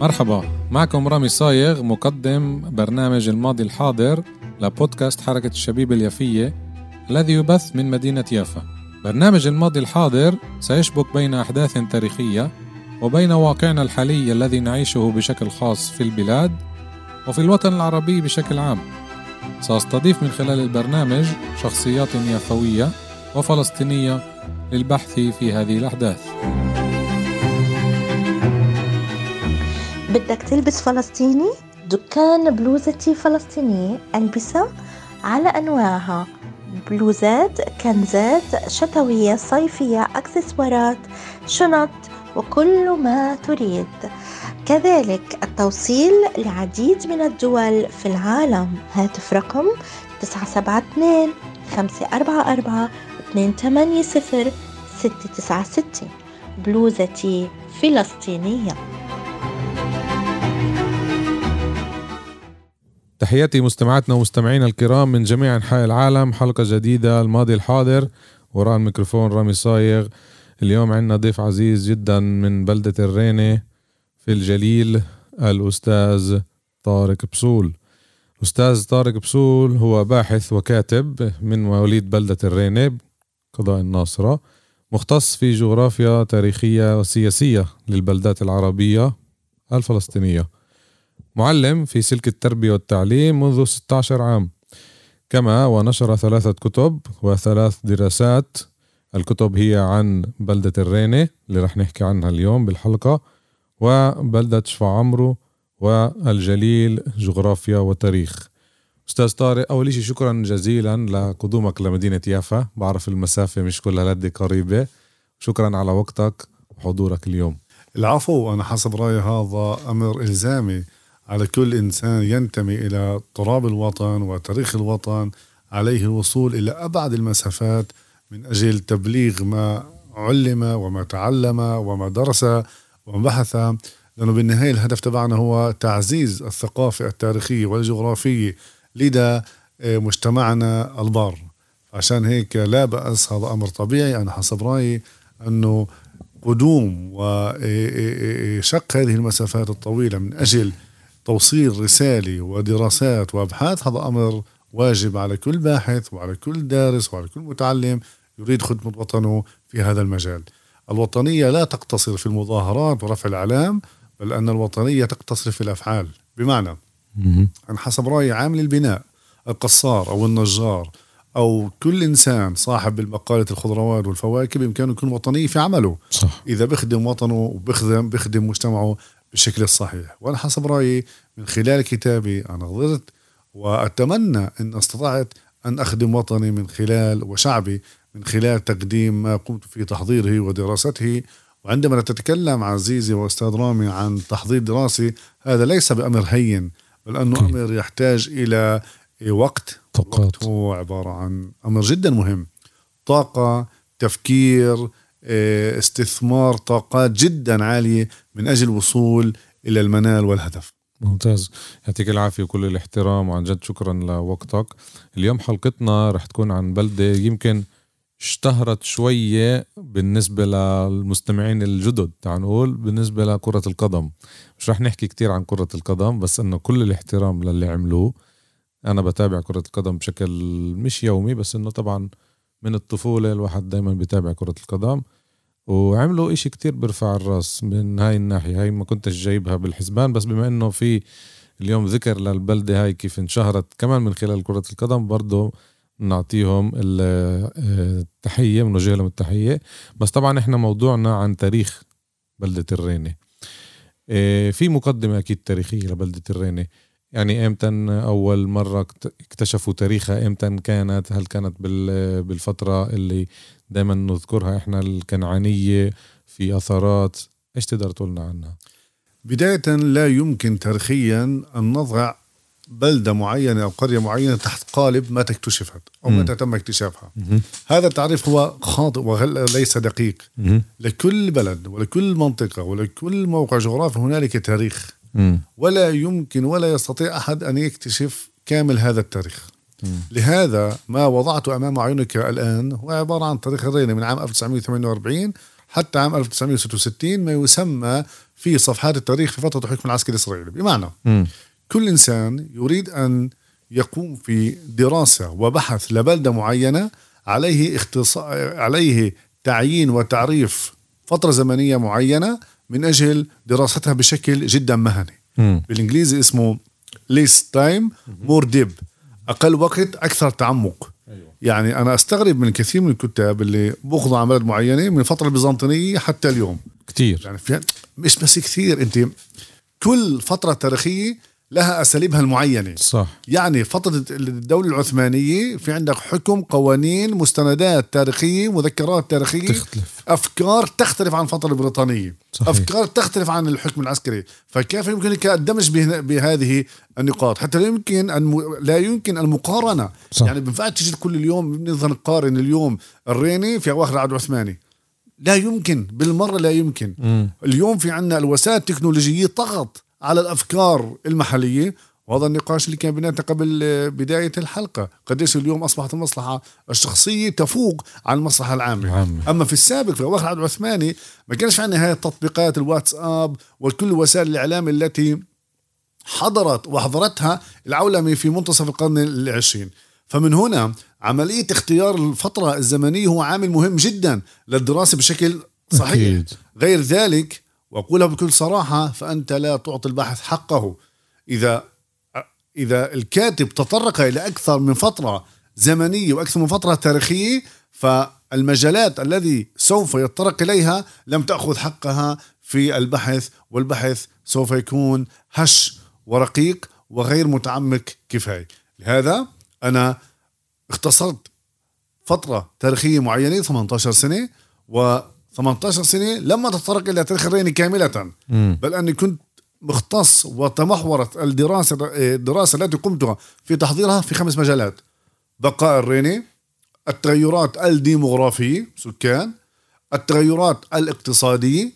مرحبا، معكم رامي صايغ مقدم برنامج الماضي الحاضر لبودكاست حركة الشبيب اليافية الذي يبث من مدينة يافا. برنامج الماضي الحاضر سيشبك بين أحداث تاريخية وبين واقعنا الحالي الذي نعيشه بشكل خاص في البلاد وفي الوطن العربي بشكل عام. سأستضيف من خلال البرنامج شخصيات يافوية وفلسطينية للبحث في هذه الأحداث. بدك تلبس فلسطيني؟ دكان بلوزتي فلسطينية، ألبسة على أنواعها، بلوزات، كنزات، شتوية، صيفية، أكسسوارات، شنط وكل ما تريد. كذلك التوصيل لعديد من الدول في العالم. هاتف رقم 972-544-280-696. بلوزتي فلسطينية. تحياتي مستمعاتنا ومستمعينا الكرام من جميع أنحاء العالم. حلقة جديدة الماضي الحاضر، وراء الميكروفون رامي صايغ. اليوم عندنا ضيف عزيز جدا من بلدة الرينة في الجليل، الأستاذ طارق بسول. الأستاذ طارق بسول هو باحث وكاتب من مواليد بلدة الرينة قضاء الناصرة، مختص في جغرافيا تاريخية وسياسية للبلدات العربية الفلسطينية، معلم في سلك التربية والتعليم منذ 16 عام، كما ونشر 3 كتب و3 دراسات. الكتب هي عن بلدة الرينة اللي رح نحكي عنها اليوم بالحلقة، وبلدة شفا عمرو، والجليل جغرافيا وتاريخ. أستاذ طارق، أول شيء شكرا جزيلا لقدومك لمدينة يافا، بعرف المسافة مش كلها لدي قريبة. شكرا على وقتك وحضورك اليوم. العفو، أنا حسب رأيي هذا أمر إلزامي على كل إنسان ينتمي إلى تراب الوطن وتاريخ الوطن، عليه الوصول إلى أبعد المسافات من أجل تبليغ ما علم وما تعلم وما درس وما بحث، لأنه بالنهاية الهدف تبعنا هو تعزيز الثقافة التاريخية والجغرافية لدى مجتمعنا البار. عشان هيك لا بأس، هذا أمر طبيعي. أنا حسب رأيي أنه قدوم وشق هذه المسافات الطويلة من أجل توصيل رسالة ودراسات وأبحاث، هذا أمر واجب على كل باحث وعلى كل دارس وعلى كل متعلم يريد خدمة وطنه في هذا المجال. الوطنية لا تقتصر في المظاهرات ورفع الأعلام، بل أن الوطنية تقتصر في الأفعال. بمعنى أنا حسب رأيي عامل البناء، القصار أو النجار أو كل إنسان صاحب المقالة الخضروات والفواكه بإمكانه يكون وطني في عمله، صح، إذا بخدم وطنه وبخدم مجتمعه بالشكل الصحيح. وأنا حسب رأيي من خلال كتابي أنا قدرت وأتمنى أن استطعت أن أخدم وطني من خلال وشعبي من خلال تقديم ما قمت في تحضيره ودراسته. وعندما نتكلم عزيزي وأستاذ رامي عن تحضير دراسي، هذا ليس بأمر هين، بل أنه أمر يحتاج إلى وقت. هو عبارة عن أمر جدا مهم، طاقة، تفكير، استثمار طاقات جدا عالية من أجل الوصول إلى المنال والهدف. ممتاز، يعطيك العافية وكل الاحترام، وعن جد شكرا لوقتك. اليوم حلقتنا رح تكون عن بلدة يمكن اشتهرت شوية بالنسبة للمستمعين الجدد، تعال نقول بالنسبة لكرة القدم. مش رح نحكي كتير عن كرة القدم، بس انه كل الاحترام للي عملوه. انا بتابع كرة القدم بشكل مش يومي، بس انه طبعا من الطفولة الواحد دايما بيتابع كرة القدم، وعملوا إشي كتير برفع الراس من هاي الناحية. هاي ما كنتش جايبها بالحسبان، بس بما انه في اليوم ذكر للبلدة هاي كيف انشهرت كمان من خلال كرة القدم، برضو نعطيهم التحية، ونوجه لهم التحية. بس طبعا احنا موضوعنا عن تاريخ بلدة الرينة. في مقدمة أكيد تاريخية لبلدة الرينة، يعني امتى أول مرة اكتشفوا تاريخها، امتى كانت، هل كانت بالفترة اللي دايما نذكرها احنا الكنعانية، في أثارات، ايش تقدر تقولنا عنها؟ بداية لا يمكن تاريخيا أن نضع بلدة معينة أو قرية معينة تحت قالب متى اكتشفت أو متى تم اكتشافها. هذا التعريف هو خاطئ وليس دقيق. لكل بلد ولكل منطقة ولكل موقع جغرافي هنالك تاريخ، ولا يمكن ولا يستطيع أحد أن يكتشف كامل هذا التاريخ. لهذا ما وضعته أمام عيونك الآن هو عبارة عن تاريخ الرينة من عام 1948 حتى عام 1966، ما يسمى في صفحات التاريخ في فترة الحكم العسكري الإسرائيلي. بمعنى كل إنسان يريد أن يقوم في دراسة وبحث لبلدة معينة عليه تعيين وتعريف فترة زمنية معينة من أجل دراستها بشكل جدا مهني. بالإنجليزي اسمه less time more deep، أقل وقت أكثر تعمق. يعني أنا أستغرب من كثير من الكتاب اللي بأخذوا عن بلد معينة من الفترة البيزنطية حتى اليوم كتير، يعني مش بس كثير، أنت كل فترة تاريخية لها أساليبها المعينة. صح. يعني فترة الدولة العثمانية في عندك حكم، قوانين، مستندات تاريخية، مذكرات تاريخية تختلف. أفكار تختلف عن الفترة البريطانية. صحيح. أفكار تختلف عن الحكم العسكري. فكيف يمكنك الدمج بهذه النقاط؟ حتى لا يمكن المقارنة. صح. يعني بنفع تجي كل اليوم نقدر نقارن اليوم الريني في أواخر العهد العثماني، لا يمكن بالمرة، لا يمكن. اليوم في عنا الوسائل التكنولوجية طغت على الأفكار المحلية، وهذا النقاش اللي كان بيناتنا قبل بداية الحلقة، قديش اليوم أصبحت المصلحة الشخصية تفوق على المصلحة العامة. أما في السابق في أواخر العهد العثماني ما كانش في عندنا هاي التطبيقات الواتساب وكل وسائل الإعلام التي وحضرتها العولمة في منتصف القرن العشرين. فمن هنا عملية اختيار الفترة الزمنية هو عامل مهم جدا للدراسة بشكل صحيح. أكيد. غير ذلك، وأقولها بكل صراحة، فأنت لا تعطي الباحث حقه. إذا الكاتب تطرق إلى أكثر من فترة زمنية وأكثر من فترة تاريخية، فالمجالات الذي سوف يتطرق إليها لم تأخذ حقها في البحث، والبحث سوف يكون هش ورقيق وغير متعمق كفاية. لهذا أنا اختصرت فترة تاريخية معينة 18 سنة، و18 سنة لما تطرق إلى تاريخ الريني كاملة، بل أني كنت مختص وتمحورت الدراسة التي قمتها في تحضيرها في 5 مجالات: بقاء الريني، التغيرات الديموغرافية سكان، التغيرات الاقتصادية،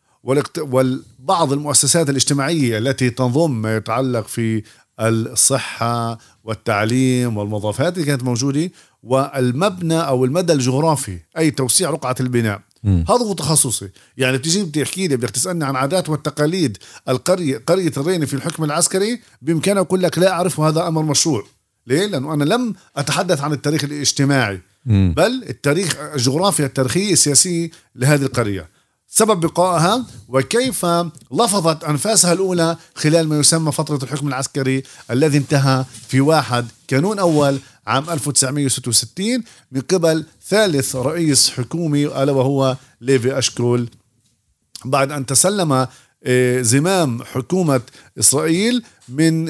وبعض المؤسسات الاجتماعية التي تنضم ما يتعلق في الصحة والتعليم والمضافات اللي كانت موجودة، والمبنى أو المدى الجغرافي، أي توسيع رقعة البناء. هذا هو تخصصي. يعني بتجي بتحكي لي، بدك تسألني عن عادات والتقاليد قرية الريني في الحكم العسكري، بإمكاني أقول لك لا أعرف، وهذا أمر مشروع. ليه؟ لأنه أنا لم أتحدث عن التاريخ الاجتماعي، بل التاريخ الجغرافيا التاريخية السياسية لهذه القرية، سبب بقائها وكيف لفظت أنفاسها الأولى خلال ما يسمى فترة الحكم العسكري الذي انتهى في 1 كانون أول عام 1966 من قبل ثالث رئيس حكومي، ألا وهو ليفي أشكول، بعد أن تسلم زمام حكومة إسرائيل من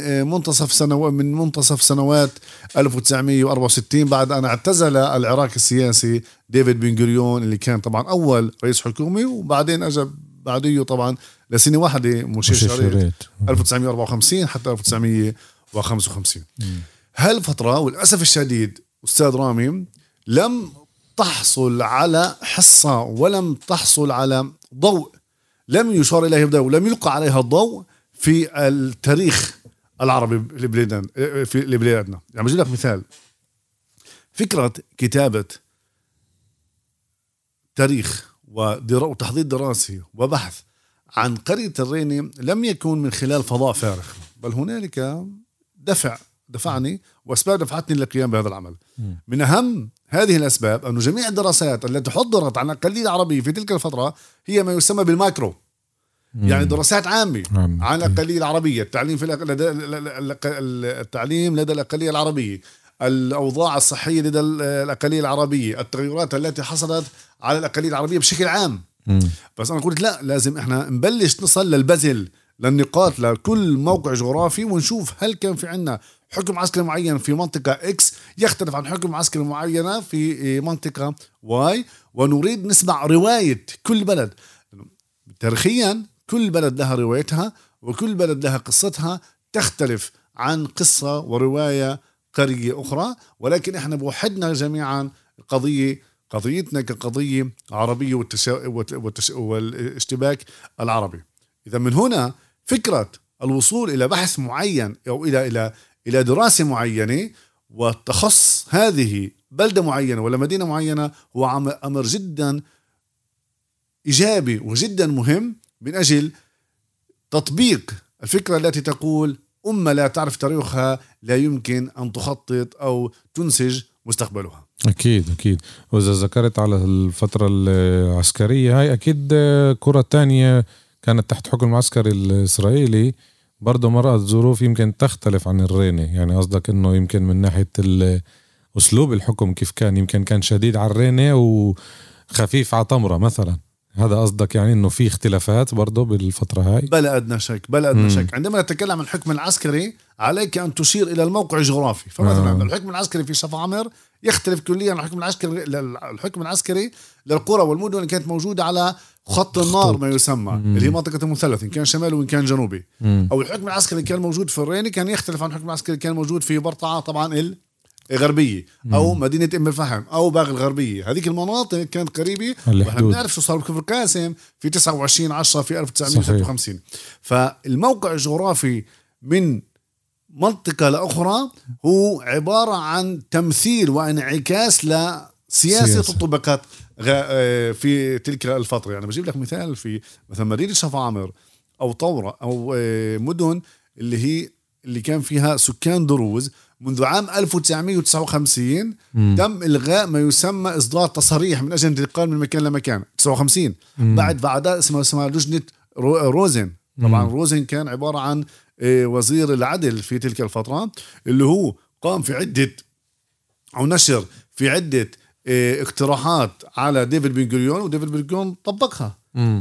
منتصف سنوات 1964، بعد أن اعتزل العراق السياسي ديفيد بن غوريون اللي كان طبعا أول رئيس حكومي، وبعدين أجى بعديه طبعا لسنة واحدة مشير شريط 1954 حتى 1955. هالفترة والأسف الشديد أستاذ رامي لم تحصل على حصة ولم تحصل على ضوء، لم يشار إليها بضوء، ولم يلقى عليها الضوء في التاريخ العربي لبلادنا. يعني بجيب لك مثال: فكرة كتابة تاريخ وتحضير دراسي وبحث عن قرية الريني لم يكن من خلال فضاء فارغ، بل هنالك دفعني وأسباب دفعتني للقيام بهذا العمل. من أهم هذه الأسباب أن جميع الدراسات التي حضرت عن الأقلية العربية في تلك الفترة هي ما يسمى بالماكرو، يعني دراسات عامة عن الأقلية العربية، التعليم التعليم لدى الأقلية العربية، الأوضاع الصحية لدى الأقلية العربية، التغيرات التي حصلت على الأقلية العربية بشكل عام. بس أنا قلت لا، لازم إحنا نبلش نصل للبذل، للنقاط، لكل موقع جغرافي، ونشوف هل كان في عنا حكم عسكري معين في منطقة X يختلف عن حكم عسكري معينة في منطقة Y، ونريد نسمع رواية كل بلد. تاريخيا كل بلد لها روايتها، وكل بلد لها قصتها تختلف عن قصة ورواية قرية أخرى، ولكن إحنا بوحدنا جميعا قضيتنا كقضية عربية والاشتباك العربي. إذا من هنا فكرة الوصول إلى بحث معين أو إلى دراسة معينة وتخص هذه بلدة معينة ولا مدينة معينة هو أمر جدا إيجابي وجدا مهم، من أجل تطبيق الفكرة التي تقول أمة لا تعرف تاريخها لا يمكن أن تخطط أو تنسج مستقبلها. أكيد. وإذا ذكرت على الفترة العسكرية هاي أكيد كرة تانية كانت تحت حكم العسكري الإسرائيلي برضو مرات ظروف يمكن تختلف عن الرينة. يعني قصدك إنه يمكن من ناحية أسلوب الحكم كيف كان، يمكن كان شديد على الرينة وخفيف على طمرة مثلا. هذا قصدك يعني إنه في اختلافات برضو بالفترة هاي؟ بلا أدنى شك. عندما نتكلم عن الحكم العسكري عليك أن تشير إلى الموقع الجغرافي. فمثلا الحكم العسكري في شفا عمر يختلف كليا عن الحكم العسكري للقرى والمدن اللي كانت موجودة على خط النار ما يسمى اللي هي منطقة المثلث، إن كان شمالي وإن كان جنوبي. أو الحكم العسكري اللي كان موجود في الريني كان يختلف عن الحكم العسكري اللي كان موجود في برطعة طبعا الغربية أو مدينة أم الفحم أو باغ الغربية. هذيك المناطق كانت قريبة، وإحنا بنعرف شو صار بكفر قاسم في 29/10 في 1956. فالموقع الجغرافي من منطقة لأخرى هو عبارة عن تمثيل وانعكاس لسياسة الطبقات في تلك الفترة. يعني بجيب لك مثال في مثلا مدينة شفا عمر أو طورة أو مدن اللي كان فيها سكان دروز منذ عام 1959 تم إلغاء ما يسمى إصدار تصريح من أجل الانتقال من مكان لمكان. 59 بعد اسمها لجنة روزن. طبعا روزن كان عبارة عن وزير العدل في تلك الفترة، اللي هو قام في عدة أو نشر في عدة اقتراحات على ديفيد بن غوريون، وديفيد بن غوريون طبقها.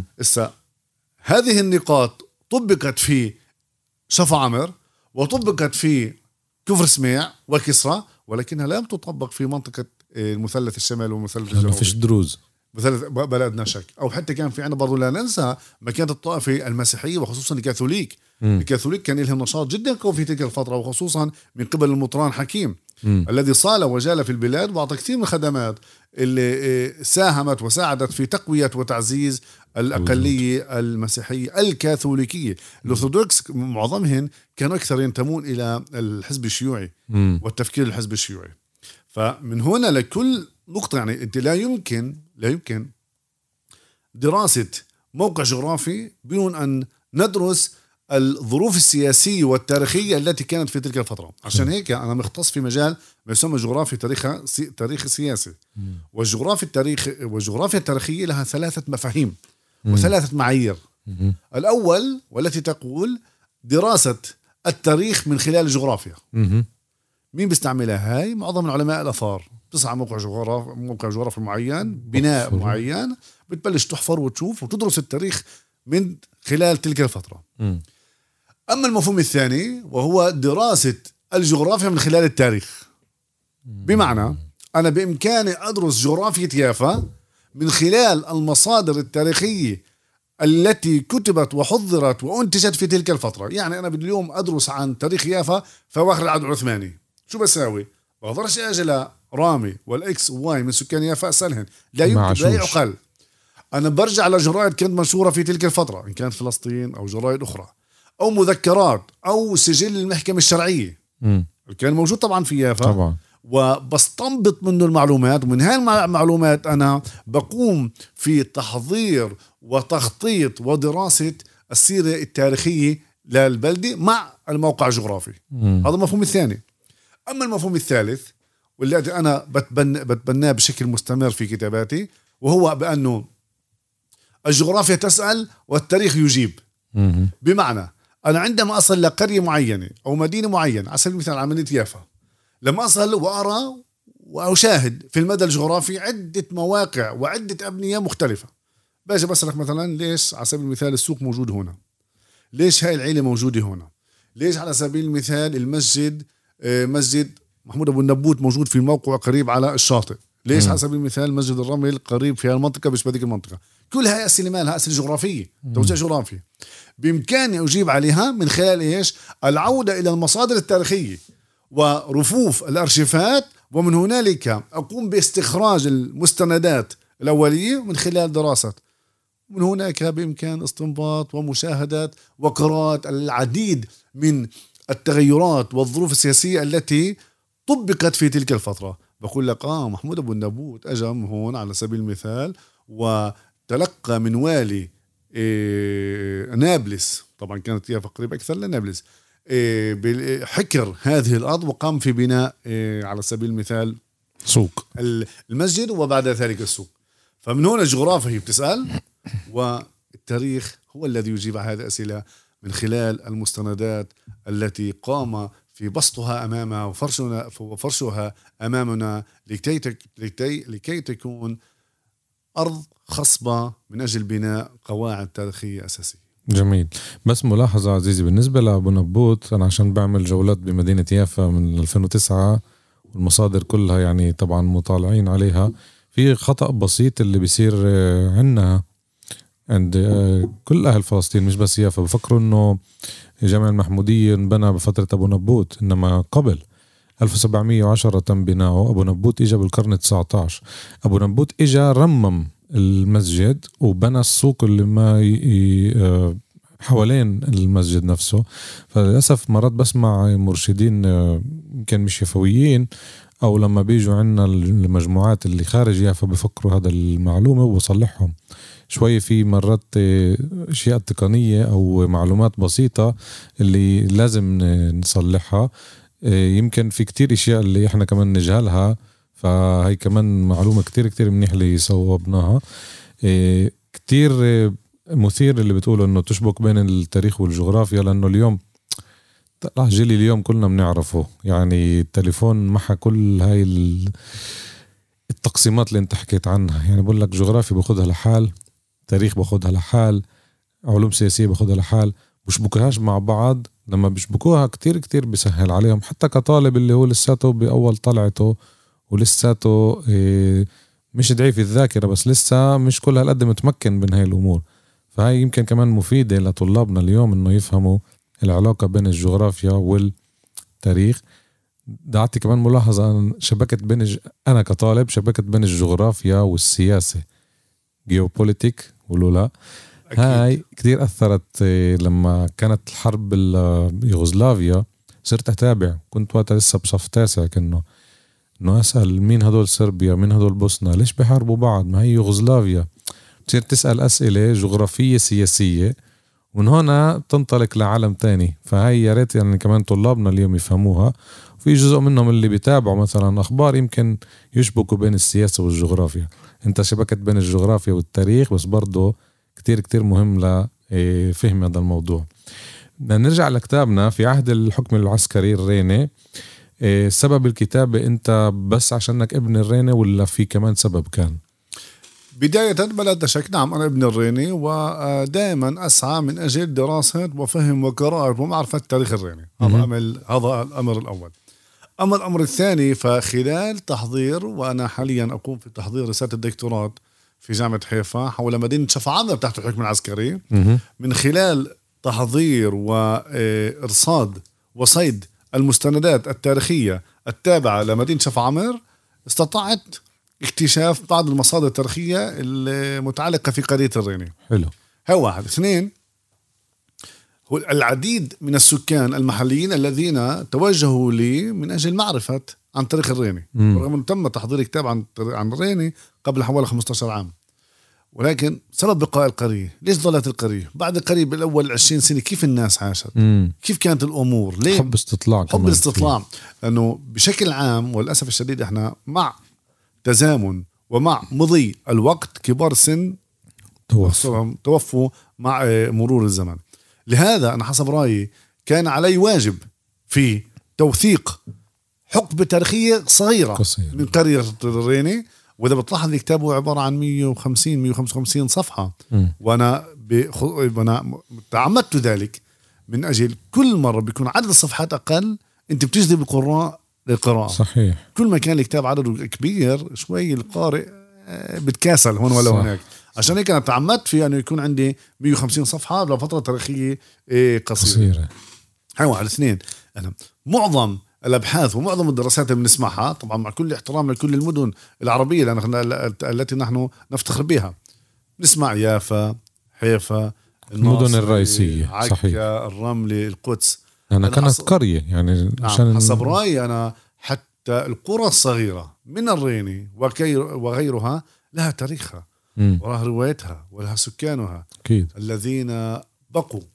هذه النقاط طبقت في شفا عمر وطبقت في كفر سميع وكسرى، ولكنها لم تطبق في منطقة المثلث الشمالي والمثلث الجنوبي. ما فيش دروز مثلث بلدنا شك. أو حتى كان في عنا برضو لا ننسى مكانة الطائفة المسيحية وخصوصا الكاثوليك. الكاثوليك كان لهم نشاط جدا قوي في تلك الفترة، وخصوصا من قبل المطران حكيم الذي صال وجال في البلاد وأعطى كثير من الخدمات اللي ساهمت وساعدت في تقوية وتعزيز الأقلية المسيحية الكاثوليكية. الأرثوذكس معظمهم كانوا أكثر ينتمون إلى الحزب الشيوعي والتفكير الحزب الشيوعي. فمن هنا لكل نقطة يعني أنت لا يمكن دراسة موقع جغرافي بدون أن ندرس الظروف السياسية والتاريخية التي كانت في تلك الفترة. عشان هيك أنا مختص في مجال ما يسمى جغرافيا تاريخ السياسي. والجغرافيا التاريخية لها 3 مفاهيم و3 معايير. الأول والتي تقول دراسة التاريخ من خلال الجغرافيا. مين بيستعملها هاي؟ معظم العلماء الآثار. تسعى موقع جغرافي معين، بناء معين، بتبلش تحفر وتشوف وتدرس التاريخ من خلال تلك الفترة. أما المفهوم الثاني وهو دراسة الجغرافيا من خلال التاريخ. بمعنى أنا بإمكاني أدرس جغرافية يافا من خلال المصادر التاريخية التي كتبت وحضرت وانتجت في تلك الفترة. يعني أنا اليوم أدرس عن تاريخ يافا في أواخر العهد العثماني، شو بساوي؟ بقدرش أجي رامي والإكس واي من سكان يافا أسألهن، لا يمكن، لا يعقل. أنا برجع لجرائد كانت منشورة في تلك الفترة، إن كانت فلسطين أو جرائد أخرى أو مذكرات أو سجل المحكمة الشرعية كان موجود طبعا في يافا طبعا. وبستنبط منه المعلومات، ومن هاي المعلومات أنا بقوم في تحضير وتخطيط ودراسة السيرة التاريخية للبلدة مع الموقع الجغرافي. هذا المفهوم الثاني. أما المفهوم الثالث والذي أنا بتبناه بشكل مستمر في كتاباتي، وهو بأنه الجغرافيا تسأل والتاريخ يجيب. بمعنى أنا عندما أصل لقرية معينة أو مدينة معينة، على سبيل المثال عملية يافا، لما أصل وأرى وأشاهد في المدى الجغرافي عدة مواقع وعدة أبنية مختلفة، باجي بسألك مثلا ليش على سبيل المثال السوق موجود هنا، ليش هاي العيلة موجودة هنا، ليش على سبيل المثال المسجد مسجد محمود أبو النبوت موجود في موقع قريب على الشاطئ، ليش على سبيل المثال مسجد الرمل قريب في هالمنطقة مش بهذيك المنطقة. كل هاي أسئلة مالها أسئلة جغرافية، توزيع جغرافي، بإمكاني أجيب عليها من خلال إيش؟ العودة إلى المصادر التاريخية ورفوف الأرشيفات، ومن هنالك أقوم باستخراج المستندات الأولية من خلال دراسة. من هناك بإمكان استنباط ومشاهدات وقراءة العديد من التغيرات والظروف السياسية التي طبقت في تلك الفترة. بقول لك محمود أبو النبوت أجا هون على سبيل المثال وتلقى من والي نابلس طبعا كانت يافا قريبة أكثر لنابلس، حكر هذه الأرض وقام في بناء على سبيل المثال سوق المسجد وبعد ذلك السوق. فمن هنا الجغرافيا بتسأل والتاريخ هو الذي يجيب على هذه الأسئلة من خلال المستندات التي قام في بسطها أمامها وفرشها أمامنا لكي تكون أرض خصبة من أجل بناء قواعد تاريخية أساسية. جميل. بس ملاحظة عزيزي بالنسبة لأبو نبوت، أنا عشان بعمل جولات بمدينة يافا من 2009 والمصادر كلها يعني طبعا مطالعين عليها، في خطأ بسيط اللي بيصير عنا عند كل أهل فلسطين مش بس يافا، بفكروا إنه جامع المحمودية انبنى بفترة أبو نبوت، إنما قبل 1710 تم بناؤه. أبو نبوت إجا بالقرن 19. أبو نبوت إجا رمم المسجد وبنى السوق اللي ما حوالين المسجد نفسه. فللأسف مرات بسمع مرشدين يمكن مش يافويين أو لما بيجوا عنا المجموعات اللي خارج يافا بفكروا هذا المعلومة وبصلحهم شوي. في مرات أشياء تقنية أو معلومات بسيطة اللي لازم نصلحها. يمكن في كتير أشياء اللي إحنا كمان نجهلها، فهي كمان معلومة كتير كتير منيح اللي صوبناها. كتير مثير اللي بتقوله إنه تشبك بين التاريخ والجغرافيا، لأنه اليوم طلع جيلي اليوم كلنا بنعرفه، يعني التليفون محى كل هاي التقسيمات اللي انت حكيت عنها. يعني بقول لك جغرافيا باخدها لحال، تاريخ باخدها لحال، علوم سياسية باخدها لحال، بشبكوهاش مع بعض. لما بشبكوها كتير كتير بيسهل عليهم، حتى كطالب اللي هو لساته بأول طلعته ولساته مش ضعيف الذاكرة، بس لسه مش كل هالقد متمكن من هاي الأمور. فهاي يمكن كمان مفيدة لطلابنا اليوم إنه يفهموا العلاقة بين الجغرافيا والتاريخ. دعتي كمان ملاحظة شبكت بين أنا كطالب شبكت بين الجغرافيا والسياسة، جيوبوليتيك ولولا هاي كتير أثرت. لما كانت الحرب يوغوسلافيا صرت أتابع، كنت وقتها لسه بصف 9 إنه أسأل مين هدول صربيا مين هدول بوسنا، ليش بيحاربوا بعض، ما هي يوغوسلافيا. تصير تسأل أسئلة جغرافية سياسية ومن هنا تنطلق لعالم تاني. فهي يا ريت يعني كمان طلابنا اليوم يفهموها. في جزء منهم اللي بيتابعوا مثلا أخبار يمكن يشبكوا بين السياسة والجغرافيا. انت شبكت بين الجغرافيا والتاريخ، بس برضو كتير كتير مهم لفهم هذا الموضوع. بدنا نرجع لكتابنا في عهد الحكم العسكري الريني. سبب الكتابة انت بس عشانك ابن الريني ولا في كمان سبب كان؟ بداية بلا شك نعم أنا ابن الريني، ودائما أسعى من أجل دراسة وفهم وقراءة ومعرفة تاريخ الريني. هذا الأمر الأول. أما الأمر الثاني فخلال تحضير، وأنا حاليا أقوم في تحضير رسالة الدكتوراه في جامعة حيفا حول مدينة شفعان تحت الحكم العسكري. من خلال تحضير وإرصاد وصيد المستندات التاريخية التابعة لمدينة شفعان استطعت اكتشاف بعض المصادر التاريخية المتعلقة في قضية الريني. حلو. هو واحد. اثنين، هو العديد من السكان المحليين الذين توجهوا لي من أجل معرفة عن تاريخ الريني، رغم أنه تم تحضير كتاب عن الريني قبل حوالي 15 عام. ولكن سبب بقاء القرية، ليش ظلت القرية بعد القرية بالأول 20 سنة؟ كيف الناس عاشت؟ كيف كانت الأمور؟ ليه؟ حب استطلاع. لأنه بشكل عام وللأسف الشديد إحنا مع تزامن ومع مضي الوقت كبار السن توفوا مع مرور الزمن. لهذا أنا حسب رأيي كان علي واجب في توثيق حقبة تاريخية صغيرة من قرية الريني. وإذا بتلاحظ كتابه عبارة عن 150-155 صفحة. وأنا تعمدت ذلك من أجل كل مرة بيكون عدد الصفحات أقل أنت بتجذب القراء للقراءة. صحيح. كل ما كان الكتاب عدده كبير شوي القارئ بتكاسل هون ولا هناك. عشان هيك أنا تعمدت في أنه يكون عندي 150 صفحة لفترة تاريخية قصيرة. هاي واحد. اثنين، أنا معظم الأبحاث ومعظم الدراسات اللي بنسمعها طبعا مع كل احترام لكل المدن العربية التي نحن نفتخر بها، نسمع يافا، حيفا، المدن الرئيسية، عكا، صحيح، الرملة، القدس. أنا كانت قرية يعني. نعم. حسب رأيي أنا حتى القرى الصغيرة من الريني وغيرها لها تاريخها ولها روايتها ولها سكانها. أكيد. الذين بقوا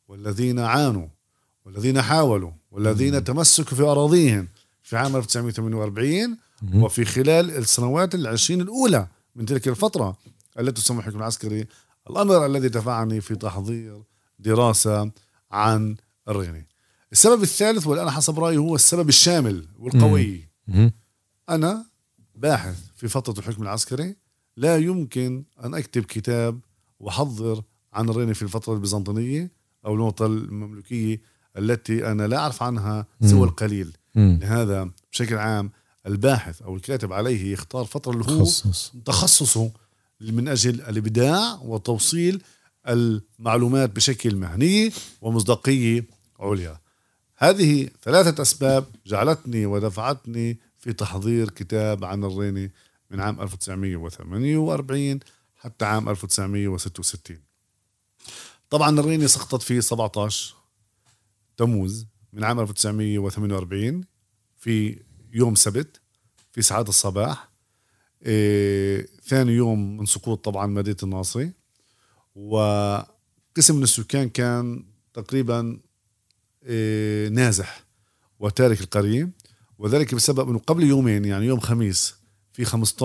والذين عانوا والذين حاولوا والذين تمسكوا في أراضيهم في عام 1948 وفي خلال السنوات 20 الأولى من تلك الفترة التي تسمى الحكم العسكري، الأمر الذي دفعني في تحضير دراسة عن الريني. السبب الثالث والآن حسب رأيي هو السبب الشامل والقوي. أنا باحث في فترة الحكم العسكري، لا يمكن أن أكتب كتاب وحضر عن الريني في الفترة البيزنطية أو النقطة المملوكية التي أنا لا أعرف عنها سوى القليل. لهذا بشكل عام الباحث أو الكاتب عليه يختار فترة اللي هو تخصصه من أجل الإبداع وتوصيل المعلومات بشكل مهني ومصداقية عليا. هذه 3 أسباب جعلتني ودفعتني في تحضير كتاب عن الريني من عام 1948 حتى عام 1966. طبعا الريني سقطت في 17 تموز من عام 1948 في يوم سبت في ساعات الصباح، ثاني يوم من سقوط طبعا مدينة الناصري. وقسم من السكان كان تقريبا نازح وتارك القرية، وذلك بسبب أنه قبل يومين يعني يوم خميس في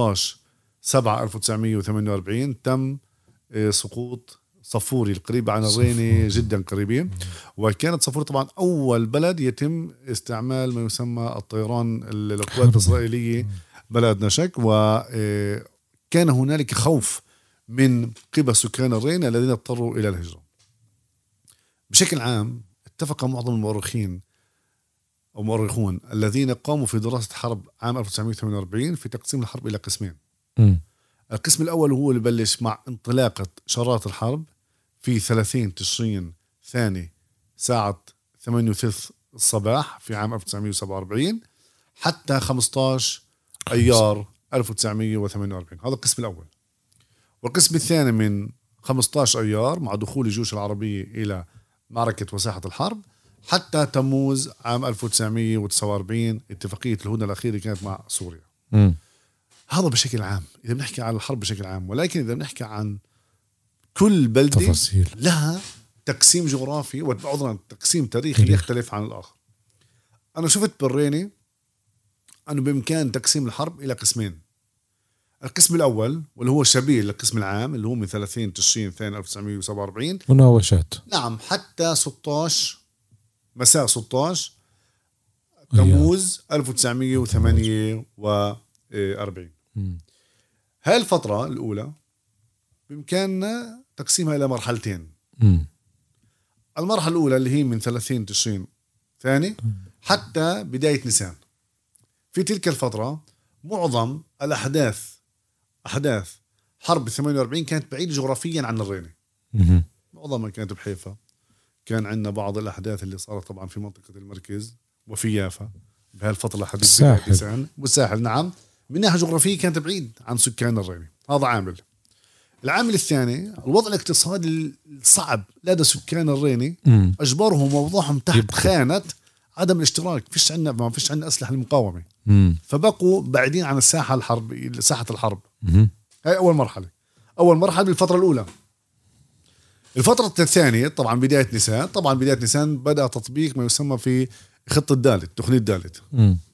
15/7/1948 تم سقوط صفوري القريب عن الريني جدا قريبين. وكانت صفوري طبعا أول بلد يتم استعمال ما يسمى الطيران القوات الإسرائيلية بلد نشك، وكان هنالك خوف من قبل سكان الريني الذين اضطروا إلى الهجرة. بشكل عام اتفق معظم المؤرخين أو مؤرخون الذين قاموا في دراسة حرب عام 1948 في تقسيم الحرب إلى قسمين. القسم الأول هو اللي بلش مع انطلاقة شرارة الحرب في 30 تشرين ثاني ساعة 8:03 الصباح في عام 1947 حتى 15 أيار 1948. هذا القسم الأول. والقسم الثاني من 15 أيار مع دخول الجيوش العربية إلى معركة وساحة الحرب حتى تموز عام 1949 اتفاقية الهدنة الأخيرة كانت مع سوريا. هذا بشكل عام إذا بنحكي عن الحرب بشكل عام. ولكن إذا بنحكي عن كل بلدة تفاصيل لها تقسيم جغرافي وعذرا تقسيم تاريخي يختلف عن الآخر. أنا شفت بالريني أنه بإمكان تقسيم الحرب إلى قسمين. القسم الأول واللي هو شبيه للقسم العام اللي هو من 30 تشرين ثاني 1947 مناوشات، نعم، حتى 16 مساء 16 تموز 1948. هاي الفترة الأولى بإمكاننا تقسيمها إلى مرحلتين. المرحلة الأولى اللي هي من 30 تشرين ثاني حتى بداية نيسان. في تلك الفترة معظم أحداث حرب 48 كانت بعيدة جغرافيا عن الريني. معظمها كانت بحيفا. كان عندنا بعض الأحداث اللي صارت طبعا في منطقة المركز وفي يافا بهالفترة الحديثة والساحل. نعم، من ناحية جغرافية كانت بعيد عن سكان الريني. هذا عامل. العامل الثاني الوضع الاقتصادي الصعب لدى سكان الريني أجبرهم ووضعهم تحت خانة عدم الاشتراك. ما فيش عندنا أسلحة المقاومة، فبقوا بعيدين عن ساحة الحرب. هاي أول مرحلة بالفترة الأولى. الفترة الثانية طبعا بداية نيسان بدأ تطبيق ما يسمى في خطة دالت، تقنية دالت.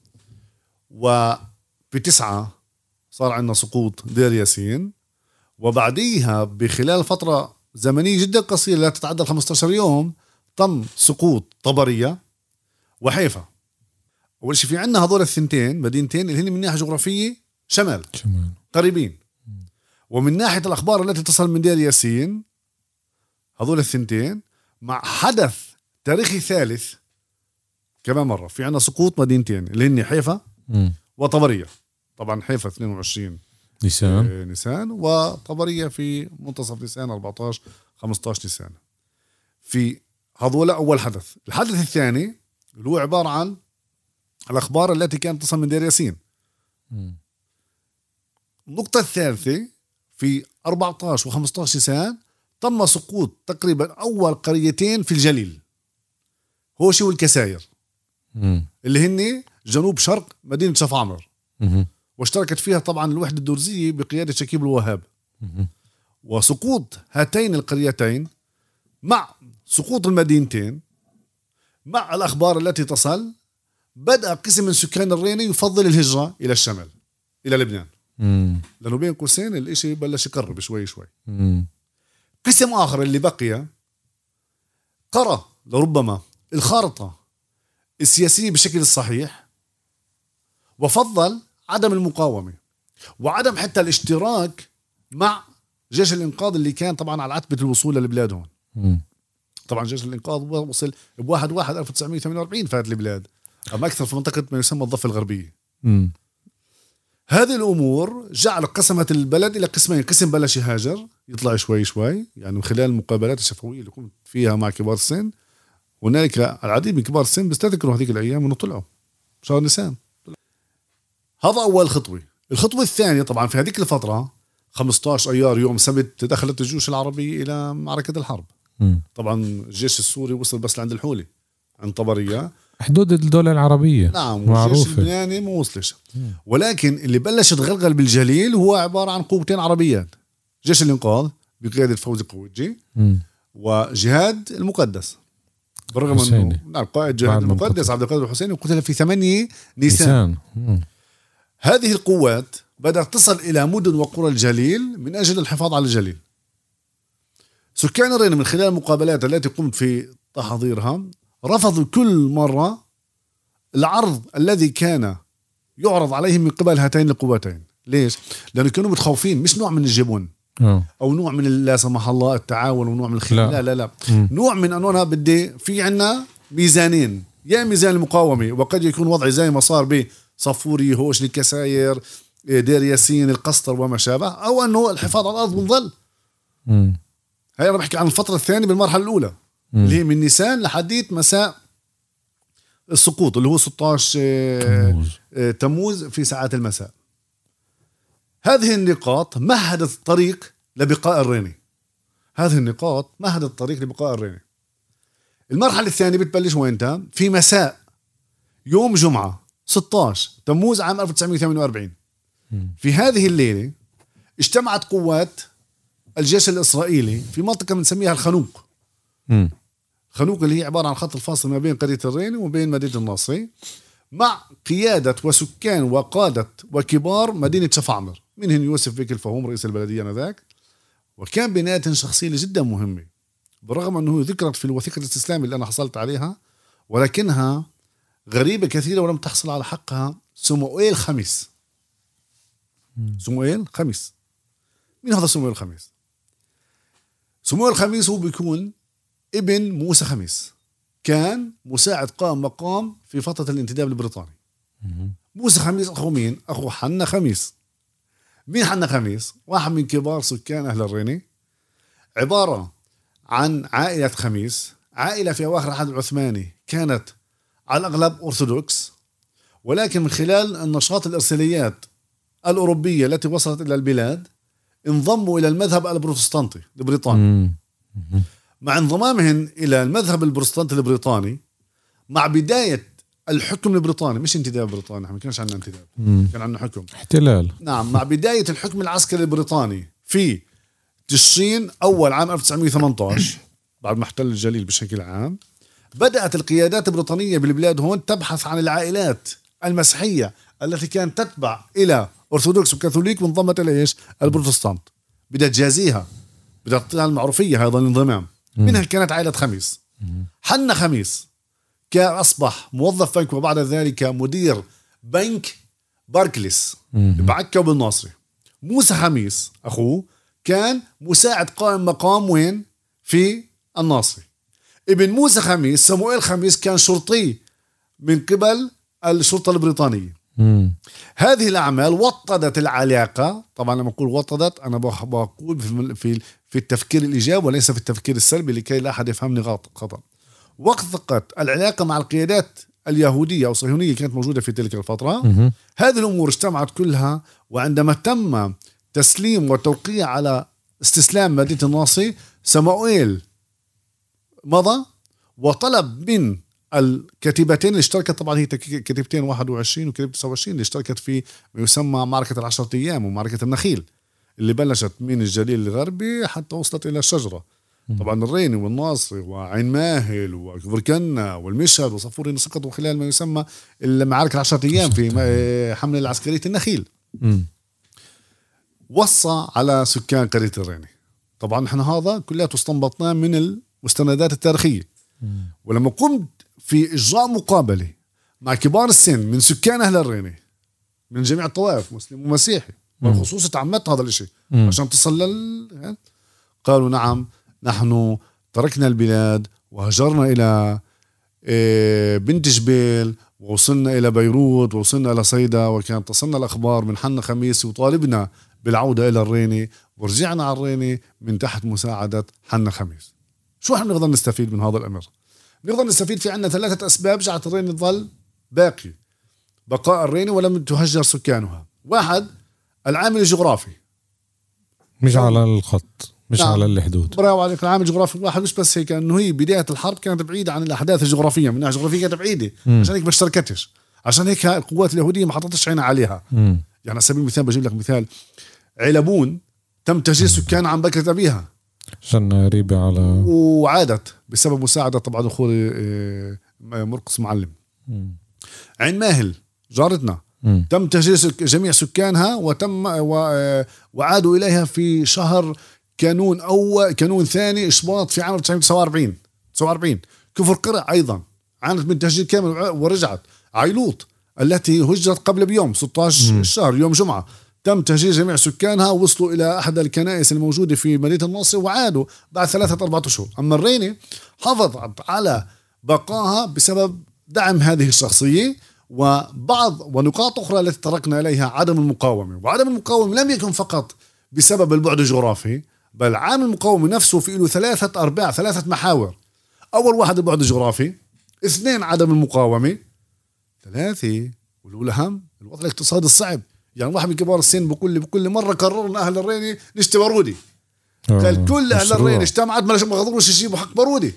وب9 صار عندنا سقوط دير ياسين، وبعديها بخلال فترة زمنية جدا قصيرة لا تتعدى 15 يوم تم سقوط طبرية وحيفا. أول شيء في عندنا هذول الثنتين مدينتين اللي هن من ناحية جغرافية شمال قريبين، ومن ناحية الأخبار التي تصل من دير ياسين هذول الثنتين مع حدث تاريخي ثالث كمان مرة. في عنا سقوط مدينتين اللي هن حيفا وطبرية. طبعا حيفا 22 نيسان وطبرية في منتصف نيسان 14-15 نيسان. في هذول أول حدث. الحدث الثاني اللي هو عبارة عن الأخبار التي كانت تصل من دير ياسين. النقطة الثالثة في 14 و15 نيسان تم سقوط تقريبا أول قريتين في الجليل، هوشي والكساير اللي هن جنوب شرق مدينة شفعمر. واشتركت فيها طبعا الوحدة الدرزية بقيادة شكيب الوهاب. وسقوط هاتين القريتين مع سقوط المدينتين، مع الأخبار التي تصل، بدأ قسم من سكان الرينة يفضل الهجرة إلى الشمال إلى لبنان. لأنه بين قوسين الإشي بلش يقرب شوي شوي. قسم آخر اللي بقي قرأ لربما الخارطة السياسية بشكل الصحيح، وفضل عدم المقاومة وعدم حتى الاشتراك مع جيش الإنقاذ اللي كان طبعا على عتبة الوصول للبلاد هون. طبعا جيش الإنقاذ وصل ب1/1/1948 فات البلاد، أما أكثر في منطقة ما يسمى الضفة الغربية. هذه الأمور قسمت البلد إلى قسمين. قسم بلش يهاجر يطلع شوي شوي، يعني من خلال المقابلات الشفوية اللي كنت فيها مع كبار السن. هنالك العديد من كبار السن بيستذكروا هذيك الأيام إنه طلعوا شهر نيسان. هذا أول خطوة. الخطوة الثانية طبعا في هذيك الفترة 15 أيار يوم سبت دخلت الجيوش العربية إلى معركة الحرب. طبعا الجيش السوري وصل بس لعند الحولي عند طبرية، حدود الدولة العربية. نعم، والجيش اللبناني ما وصلش. ولكن اللي بلش يتغلغل بالجليل هو عبارة عن قوتين عربيات، جيش الإنقاذ بقيادة فوزي قويجي وجهاد المقدس، بالرغم أنه قائد جهاد المقدس عبد القادر الحسيني قتل في 8 نيسان. هذه القوات بدأت تصل إلى مدن وقرى الجليل من أجل الحفاظ على الجليل. سكان الرينة من خلال المقابلات التي قمت في تحضيرها رفضوا كل مرة العرض الذي كان يعرض عليهم من قبل هاتين القوتين. ليش؟ لأنه كانوا متخوفين، مش نوع من الجبن أو نوع من لا سمح الله التعاون ونوع من الخيانة، لا لا لا، نوع من أنه أنا بدي في عنا ميزانين، يا ميزان المقاومة وقد يكون وضعي زي ما صار بصفوري هوش الكساير دير ياسين القسطر وما شابه، أو أنه الحفاظ على الأرض ونظل. هاي أنا بحكي عن الفترة الثانية بالمرحلة الأولى اللي هي من نيسان لحديت مساء السقوط اللي هو 16 تموز في ساعات المساء. هذه النقاط مهدت الطريق لبقاء الريني. المرحلة الثانية بتبلش وينتا؟ في مساء يوم جمعة 16 تموز عام 1948. في هذه الليلة اجتمعت قوات الجيش الإسرائيلي في منطقة بنسميها الخنوق. خنوق اللي هي عبارة عن خط الفاصل ما بين قرية الريني وبين مدينة الناصري، مع قيادة وسكان وقادة وكبار مدينة شفعمر، منهم يوسف بيك الفهوم رئيس البلدية آنذاك. وكان بيناتهم شخصية جدا مهمة، بالرغم أنه ذكرت في الوثيقة الاستسلام اللي أنا حصلت عليها، ولكنها غريبة كثيرة ولم تحصل على حقها. سموئيل خميس. سموئيل خميس. مين هذا سموئيل خميس؟ سموئيل خميس هو بيكون ابن موسى خميس، كان مساعد قائم مقام في فترة الانتداب البريطاني. موسى خميس أخو مين؟ أخو حنا خميس. مين حنا خميس؟ واحد من كبار سكان أهل الريني، عبارة عن عائلة خميس، عائلة في أواخر العهد العثماني كانت على الأغلب أرثوذكس، ولكن من خلال النشاط الإرساليات الأوروبية التي وصلت إلى البلاد انضموا إلى المذهب البروتستانتي البريطاني. مع انضمامهم إلى المذهب البروتستانتي البريطاني، مع بداية الحكم البريطاني، مش انتداب بريطاني، ما كانش عندنا انتداب، كان عندنا حكم احتلال. نعم، مع بداية الحكم العسكري البريطاني في تشرين أول عام 1918 بعد ما احتل الجليل بشكل عام، بدأت القيادات البريطانية بالبلاد هون تبحث عن العائلات المسيحية التي كانت تتبع إلى أرثوذكس وكاثوليك وانضمت إلى إيش؟ البروتستانت. بدأت تجازيها، بدأت تعطيها المعروفية هذا الانضمام. منها كانت عائلة خميس. حنا خميس كان أصبح موظف بنك، وبعد ذلك مدير بنك باركليس بعكا وبالناصري. موسى خميس أخوه كان مساعد قائم مقام وين؟ في الناصري. ابن موسى خميس سموئيل خميس كان شرطي من قبل الشرطة البريطانية. هذه الأعمال وطدت العلاقة. طبعا لما أقول وطدت أنا بقول في التفكير الإيجابي وليس في التفكير السلبي لكي لا أحد يفهمني خطأ. وثقت العلاقة مع القيادات اليهودية أو صهيونية كانت موجودة في تلك الفترة. هذه الأمور اجتمعت كلها، وعندما تم تسليم وتوقيع على استسلام مدينة الناصري، سموئيل مضى وطلب من الكتيبتين اللي اشتركت، طبعا هي كتيبتين 21 وكتيبة 29 اللي اشتركت في ما يسمى معركة ال10 أيام ومعركة النخيل، اللي بلشت من الجليل الغربي حتى وصلت إلى الشجرة. طبعا الريني والناصري وعين ماهل وكفركنا والمشهد وصفورين سقطوا خلال ما يسمى المعارك 10 أيام في حملة العسكرية النخيل. وصى على سكان قرية الريني. طبعا احنا هذا كلها استنبطناه من المستندات التاريخية. ولما قمت في إجراء مقابلة مع كبار السن من سكان أهل الريني من جميع الطوائف مسلم ومسيحي والخصوص تعمدت هذا الشيء عشان تصل قالوا نعم نحن تركنا البلاد وهجرنا إلى بنت جبيل ووصلنا إلى بيروت ووصلنا إلى صيدا، وكانت تصلنا الأخبار من حنا خميس وطالبنا بالعودة إلى الريني، ورجعنا على الريني من تحت مساعدة حنا خميس. شو احنا نقدر نستفيد من هذا الأمر؟ نقدر نستفيد في عنا 3 أسباب جعلت الريني تظل باقي بقاء الريني ولم تهجر سكانها. 1 العامل الجغرافي، مش على الخط، مش نعم. على الحدود. برافو عليك. العامل الجغرافي 1 مش بس هيك، انه هي بداية الحرب كانت بعيدة عن الأحداث الجغرافية، منها جغرافية كانت بعيدة عشان هيك ما اشتركتش، عشان هيك القوات اليهودية ما حطتش عينها عليها. يعني على سبيل المثال بجيب لك مثال، علبون تم تهجير سكان عن بكرة أبيها عشان قريبة على، وعادت بسبب مساعدة طبعا دخول مرقس معلم. عين ماهل جارتنا تم تهجير جميع سكانها وتم وعادوا إليها في شهر كانون ثاني إشباط في عام 1949. كفر قرع أيضا عانت من تهجير كامل ورجعت. عيلوط التي هجرت قبل بيوم 16 الشهر يوم جمعة تم تهجير جميع سكانها، وصلوا إلى أحد الكنائس الموجودة في مدينة الناصر وعادوا بعد 3-4 شهور. أما الريني حافظت على بقاها بسبب دعم هذه الشخصية ونقاط أخرى التي تركنا إليها عدم المقاومة. وعدم المقاومة لم يكن فقط بسبب البعد الجغرافي، بل عامل المقاومة نفسه في له 3 محاور. أول واحد البعد الجغرافي، 2 عدم المقاومة، 3 والأهم الوضع الاقتصادي الصعب. يعني واحد من كبار السن بكل مرة قررنا أهل الريني نشتري بارودي، قال كل أهل الريني اجتمعت ما قدروش يجيبوا حق بارودي.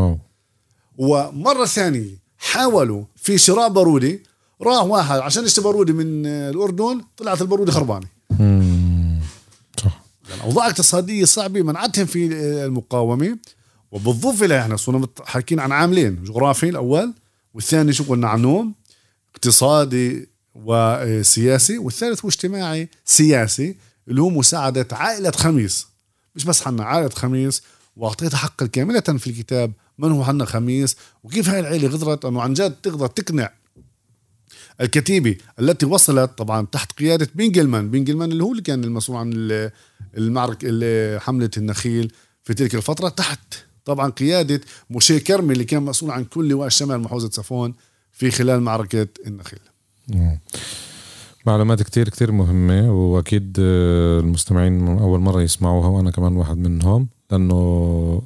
ومرة ثانية حاولوا في شراء بارودي، راح واحد عشان يشتري بارودي من الأردن طلعت البارودي خربانة. صح. يعني أوضاع اقتصادية صعبة منعتهم في المقاومة. وبالضبط إلى احنا صرنا حاكين عن عاملين، جغرافي الأول، والثاني شو قلنا عنهم اقتصادي وسياسي، والثالث هو اجتماعي سياسي اللي هو مساعدة عائلة خميس. مش بس حنا عائلة خميس، وأعطيتها حقا كاملة في الكتاب من هو حنا خميس وكيف هاي العائلة قدرت أنه عن جد تقدر تقنع الكتيبة التي وصلت طبعا تحت قيادة بنجلمان اللي هو اللي كان المسؤول عن المعركة حملة النخيل في تلك الفترة، تحت طبعا قيادة موشي كرمي اللي كان مسؤول عن كل لواء الشمال محافظة صفون في خلال معركة النخيل. معلومات كتير كتير مهمة، وأكيد المستمعين أول مرة يسمعوها وأنا كمان واحد منهم، لأنه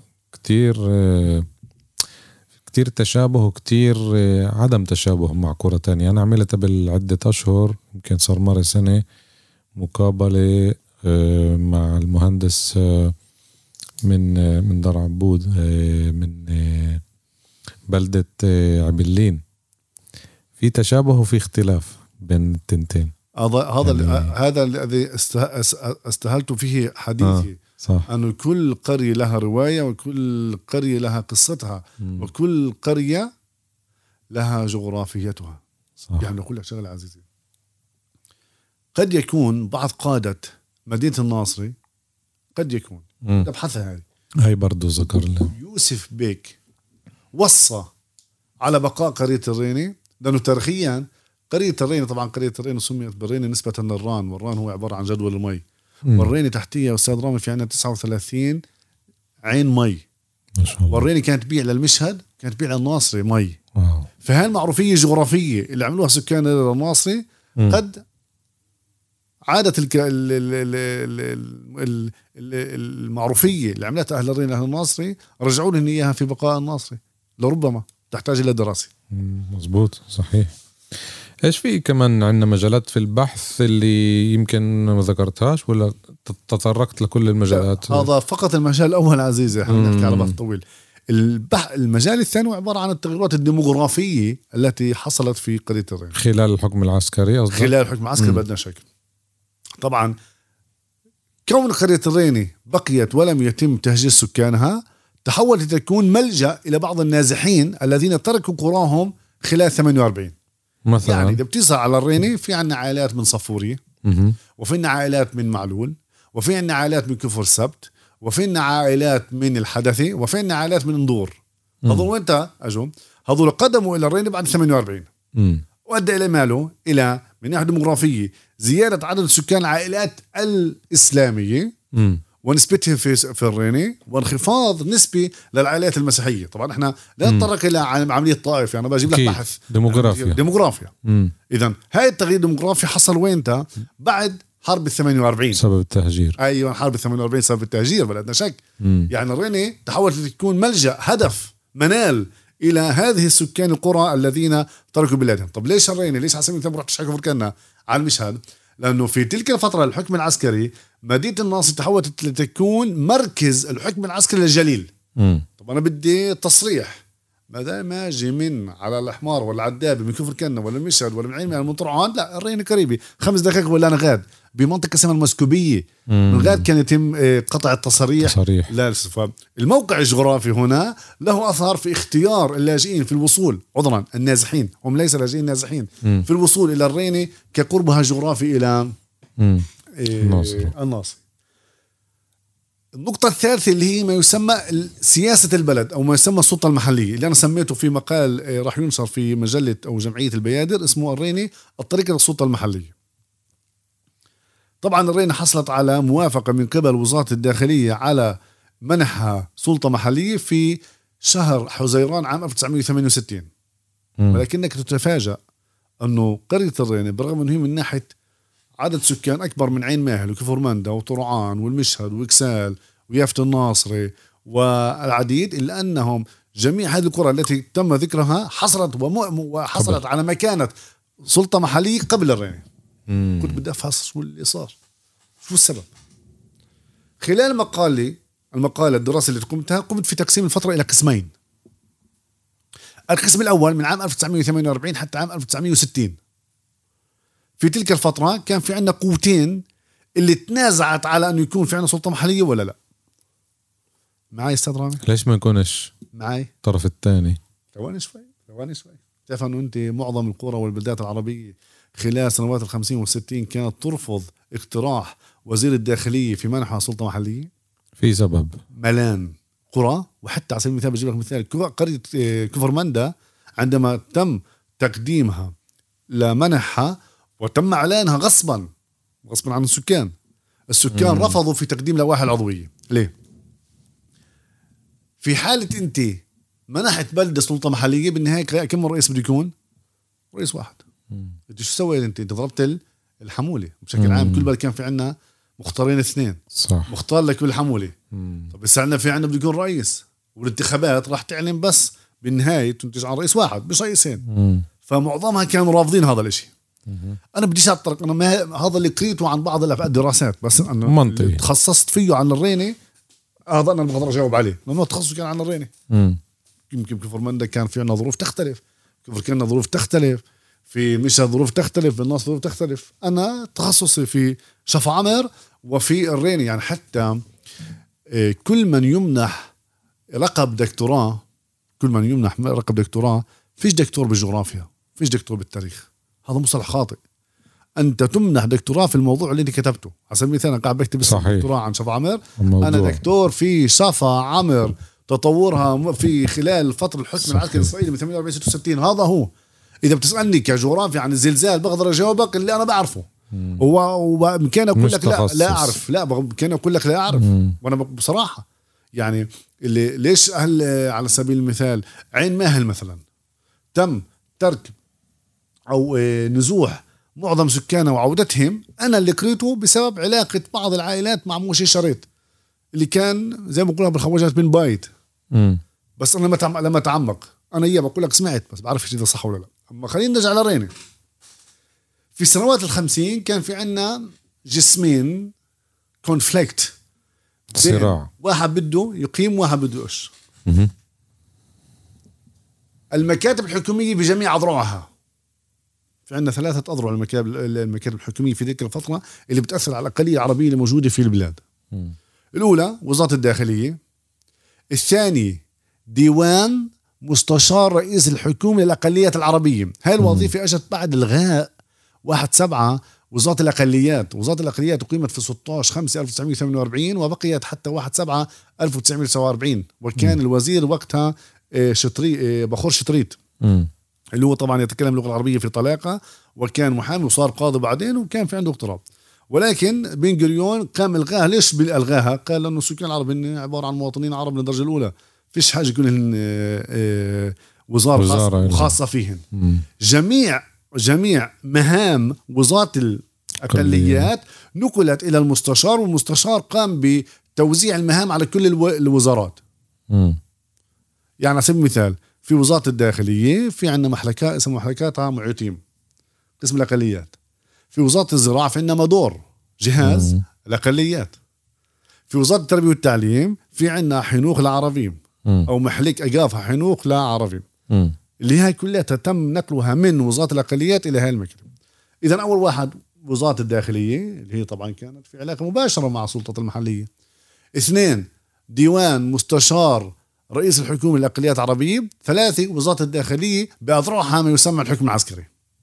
كتير تشابه وكتير عدم تشابه مع كرة تانية. أنا عملت قبل عدة أشهر، يمكن صار مرة سنة، مقابلة مع المهندس من دار عبود من بلدة عبلين. في تشابه وفي اختلاف بين التنتين. هذا الذي استهلت فيه حديثي. صح. أنه كل قرية لها رواية، وكل قرية لها قصتها، وكل قرية لها جغرافيتها. صح. يعني أقول لك شغلة عزيزي، قد يكون بعض قادة مدينة الناصري قد يكون تبحثها هاي برضو ذكر له يوسف بيك وصى على بقاء قرية الريني، لأنه تاريخيا قرية الريني، طبعا قرية الريني سميت بالريني نسبة للران، والران هو عبارة عن جدول المي، والريني تحتية أستاذ رامي في عنا 39 عين مي ما شاء الله. والريني كانت تبيع للمشهد، كانت تبيع للناصري مي. فهي المعروفية الجغرافية اللي عملوها سكان الناصري قد عادت المعروفية اللي عملتها أهل الريني أهل الناصري رجعوا لهم إياها في بقاء الناصري، لربما تحتاج إلى دراسة. مزبوط صحيح. إيش في كمان عندنا مجالات في البحث اللي يمكن ما ذكرتهاش ولا تطرقت لكل المجالات؟ هذا فقط المجال الأول عزيزي، احنا نحكي على بحث طويل. المجال الثاني عبارة عن التغيرات الديموغرافية التي حصلت في قرية الريني خلال الحكم العسكري. خلال الحكم العسكري بدنا شك. طبعا كون قرية الريني بقيت ولم يتم تهجير سكانها تحولت تكون ملجأ إلى بعض النازحين الذين تركوا قراهم خلال 48 مثلا. يعني إذا بتصل على الريني في عنا عائلات من صفوري، وفي عنا عائلات من معلول، وفي عنا عائلات من كفر سبت، وفي عنا عائلات من الحدثي، وفي عنا عائلات من انظور. هذول وانت أجوا هذول قدموا إلى الريني بعد 48 وأدى إلى ماله إلى من ناحية ديموغرافية زيادة عدد سكان العائلات الإسلامية ونسبتها في الريني، وانخفاض نسبي للعائلات المسيحية. طبعا احنا لا نتطرق إلى عملية طائف، يعني بجيب لك بحث ديموغرافيا. إذن هاي التغيير الديموغرافي حصل وينتا بعد حرب 48 سبب التهجير. أيوة حرب 48 سبب التهجير بلا أدنى شك. يعني الريني تحولت تكون ملجأ هدف منال إلى هذه السكان القرى الذين تركوا بلادهم. طب ليش الريني؟ ليش على سبيل المثال رحت شاكو فركنا على المشهد؟ لأنه في تلك الفترة الحكم العسكري مدينة الناصر تحولت لتكون مركز الحكم العسكري للجليل. طب أنا بدي تصريح، بدل ما أجي من على الأحمار ولا عدابي من كفر كنا ولا المشهد ولا من عين من المنطرعان، لا الريني قريبي 5 دقائق ولا أنا غاد بمنطقة اسمها المسكوبية. من غاد كان يتم قطع التصريح. لا الموقع الجغرافي هنا له أثر في اختيار اللاجئين في الوصول، عذرا النازحين، هم ليس لاجئين نازحين، في الوصول إلى الريني كقربها الجغرافي إلى الناصر. النقطة الثالثة اللي هي ما يسمى سياسة البلد أو ما يسمى السلطة المحلية، اللي أنا سميته في مقال راح ينشر في مجلة أو جمعية البيادر اسمه الريني الطريقة للسلطة المحلية. طبعا الريني حصلت على موافقة من قبل وزارة الداخلية على منحها سلطة محلية في شهر حزيران عام 1968. ولكنك تتفاجأ أنه قرية الريني بالرغم أنه هي من ناحية عدد سكان أكبر من عين ماهل وكفر مندا وطرعان والمشهد وإكسال ويافت الناصري والعديد، إلا أنهم جميع هذه القرى التي تم ذكرها حصلت على مكانة سلطة محلية قبل الريني. كنت بدي أفحص شو اللي صار، شو السبب. خلال المقالة الدراسة اللي قمت في تقسيم الفترة إلى قسمين. القسم الأول من عام 1948 حتى عام 1960. في تلك الفترة كان في عنا قوتين اللي تنازعت على أنه يكون في عنا سلطة محلية ولا لا. معي أستاذ رامي؟ ليش ما يكونش معي الطرف الثاني؟ ثواني شوي. تعرف أنه أنت معظم القرى والبلدات العربية خلال سنوات 50 و60 كانت ترفض اقتراح وزير الداخلية في منحها سلطة محلية في سبب ملان قرى. وحتى على سبيل المثال بجيب لك مثال قرية كفر مندا عندما تم تقديمها لمنحها وتم إعلانها غصبا عن السكان رفضوا في تقديم لوائح العضوية. ليه؟ في حالة أنت منحت بلدة سلطة محلية بالنهاية كم رئيس بده يكون؟ رئيس واحد. شو سويت أنت ضربت الحمولة بشكل عام. كل بلد كان في عنا مختارين 2 صح. مختار لك بالحمولة. طب بس عنا في عنا بده يكون رئيس، والانتخابات راح تعلن بس بالنهاية تنتج عن رئيس واحد مش رئيسين. فمعظمها كانوا رافضين هذا الاشي. أنا بديش أتطرق، أنا ما هذا اللي قريته عن بعض الدراسات، بس أنا تخصصت فيه عن الريني هذا أنا بقدر أجاوب عليه لأنه تخصص كان عن الريني. يمكن كفر مندا كان في عنا ظروف تختلف، كفر كنا ظروف تختلف، في مشهد ظروف تختلف، في الناصر ظروف تختلف. أنا تخصصي في شفا عمر وفي الريني. يعني حتى كل من يمنح لقب دكتوراه فيش دكتور بالجغرافيا، فيش دكتور بالتاريخ. هذا مصطلح خاطئ. أنت تمنح دكتوراه في الموضوع اللي أنت كتبته. على سبيل المثال أنا قاعد بكتب دكتوراه عن شفا عمر، أنا دكتور في شفا عمر تطورها في خلال فترة الحكم العسكري الإسرائيلي من 48 66. هذا هو. إذا بتسألني كجغرافيا عن الزلزال بقدر أجاوبك اللي أنا بعرفه. وكان أقول لك لا أعرف، كان أقول لك لا أعرف. وأنا بصراحة يعني اللي ليش على سبيل المثال عين ماهل مثلا تم ترك أو نزوح معظم سكانها وعودتهم، أنا اللي قريته بسبب علاقة بعض العائلات مع موشي شريط اللي كان زي ما قلنا بالخواجات بن بايت. بس أنا لما أتعمق أنا بقول لك سمعت بس بعرف إذا صح ولا لا. أما خلينا نرجع للريني. في سنوات 50 كان في عنا جسمين كونفليكت، صراع، واحد بده يقيم واحد بده يقش. المكاتب الحكومية بجميع أذرعها، في عنا 3 أذرع المكاتب الحكومية في ذيك الفترة اللي بتأثر على الأقلية العربية اللي موجودة في البلاد. الأولى وزارة الداخلية، الثاني ديوان مستشار رئيس الحكومة للأقليات العربية. هاي الوظيفة اجت بعد الغاء 1/7 وزارة الأقليات. وزارة الأقليات أقيمت في 16/5/1948 وبقيت حتى 1/7/1949. وكان الوزير وقتها بخور شطريط اللي هو طبعا يتكلم اللغة العربية في طلاقة، وكان محامي وصار قاضي بعدين وكان في عنده دكتوراه. ولكن بن غوريون قام الغاها. ليش بالغاها؟ قال لأنه السكان العرب عبارة عن مواطنين عرب من الدرجة الأولى، فيش حاجة يكون وزارة خاصة فيهن. جميع مهام وزارة الأقليات نقلت إلى المستشار، والمستشار قام بتوزيع المهام على كل الوزارات. يعني على سبيل المثال في وزارة الداخلية في عندنا محلكات اسمها محلكات عام وعتيم قسم الأقليات. في وزارة الزراعة في عندنا مدور جهاز الأقليات. في وزارة التربية والتعليم في عندنا حنوخ العربيم أو محلك أقافها حنوخ لعربي، اللي هاي كلها تم نقلها من وزارة الأقليات إلى هاي المكتب. إذن أول واحد وزارة الداخلية اللي هي طبعا كانت في علاقة مباشرة مع السلطة المحلية. 2 ديوان مستشار رئيس الحكومة للأقليات العربية. 3 وزارة الداخلية بأذرعها ما يسمى الحكم العسكري.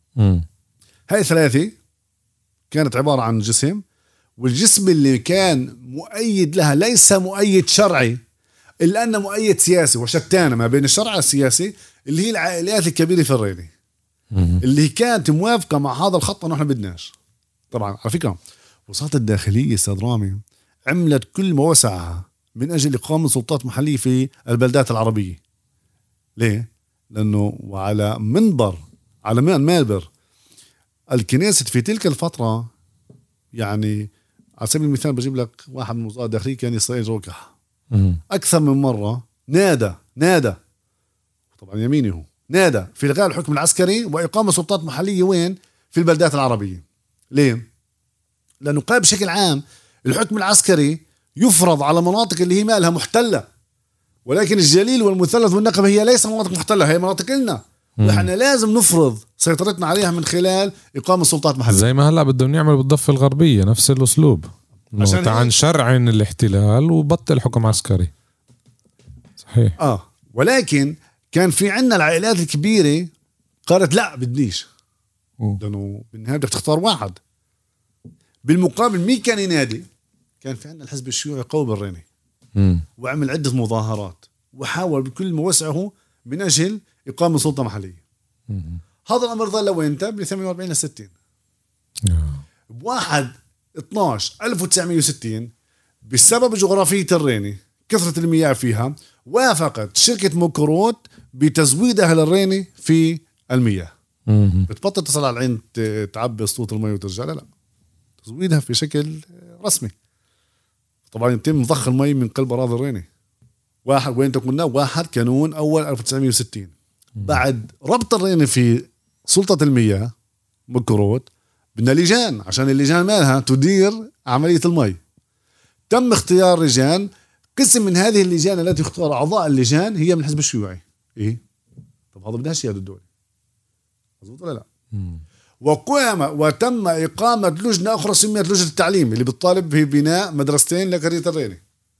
هاي 3 كانت عبارة عن جسم، والجسم اللي كان مؤيد لها ليس مؤيد شرعي إلا أنه مؤيد سياسي، وشتانة ما بين الشرع والسياسي، اللي هي العائلات الكبيرة في الريني اللي كانت موافقة مع هذا الخط أنه إحنا بدناش. طبعا على فكرة وزارة الداخلية أستاذ رامي عملت كل ما وسعها من أجل إقامة سلطات محلية في البلدات العربية. ليه؟ لأنه وعلى منبر على منبر الكنيسة في تلك الفترة، يعني على سبيل المثال بجيب لك واحد من وزارة الداخلية كان إسرائيل روكح أكثر من مرة نادى طبعا يميني هو نادى في إلغاء الحكم العسكري وإقامة سلطات محلية وين؟ في البلدات العربية. ليه؟ لأنه قال بشكل عام الحكم العسكري يفرض على مناطق اللي هي مالها محتلة، ولكن الجليل والمثلث والنقب هي ليس مناطق محتلة، هي مناطق لنا، وإحنا لازم نفرض سيطرتنا عليها من خلال إقامة سلطات محلية. زي ما هلأ بدهم يعمل بالضفة الغربية نفس الأسلوب، عن شرع الاحتلال وبطل حكم عسكري. صحيح. ولكن كان في عنا العائلات الكبيرة قالت لا بدنيش، لأنه بالنهاية بدك تختار واحد. بالمقابل مين كان ينادي؟ كان في عنا الحزب الشيوعي قوي بالريني وعمل عدة مظاهرات وحاول بكل ما وسعه من أجل إقامة سلطة محلية. هذا الأمر ظل وين تاب من 48 ل 60. بواحد 12/1960 بسبب جغرافية الريني كثرة المياه فيها وافقت شركة موكروت بتزويدها للريني في المياه. بتبطل تصل على العين تعبي اسطوط المياه وترجع، لا تزويدها في شكل رسمي. طبعا يتم ضخ المي من قلب أراضي الريني. واحد وين قلنا 1 كانون أول 1960 بعد ربط الريني في سلطة المياه موكروت بدنا لجان عشان اللجان مالها تدير عملية المي. تم اختيار لجان، قسم من هذه اللجان التي اختار أعضاء اللجان هي من الحزب الشيوعي. طب هذا بدهاش يد الدولة، مظبوط ولا لا؟ وتم إقامة لجنة أخرى سميت لجنة التعليم اللي بتطالب ببناء مدرستين لقرية الريني.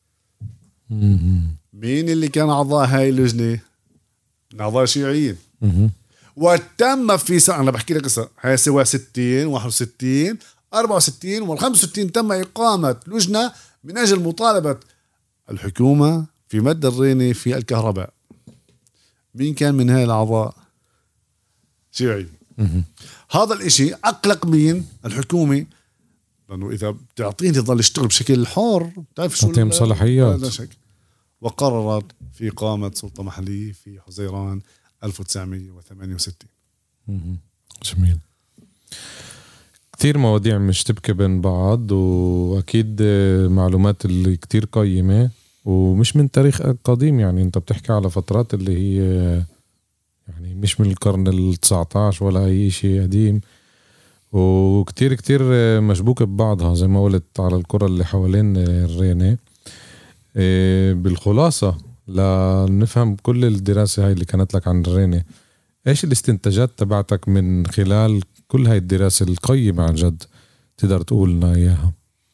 مين اللي كان أعضاء هاي اللجنة؟ أعضاء شيوعيين. وتم في سنة أنا بحكي لك قصة هاي سوا 60 61 64 وال 65 تم إقامة لجنة من أجل مطالبة الحكومة في مد الريني في الكهرباء. مين كان من هاي الأعضاء؟ شيوعي. هذا الاشي أقلق مين؟ الحكومة، لأنه إذا بتعطيني ظل يشتغل بشكل حر بتعرف شو تعطيهم صلاحيات. وقررت في إقامة سلطة محلية في حزيران 1968. جميل. كتير مواضيع مشتبكة بين بعض، وأكيد معلومات اللي كتير قيمة ومش من تاريخ قديم. يعني أنت بتحكي على فترات اللي هي يعني مش من القرن 19 ولا أي شيء قديم، وكتير كتير مشبوكة ببعضها زي ما قلت على القرى اللي حوالين الريني. بالخلاصة لنفهم كل الدراسة هاي اللي كانت لك عن الريني، ايش الاستنتاجات تبعتك من خلال كل هاي الدراسة القيمة عن جد تقدر تقول لنا اياها؟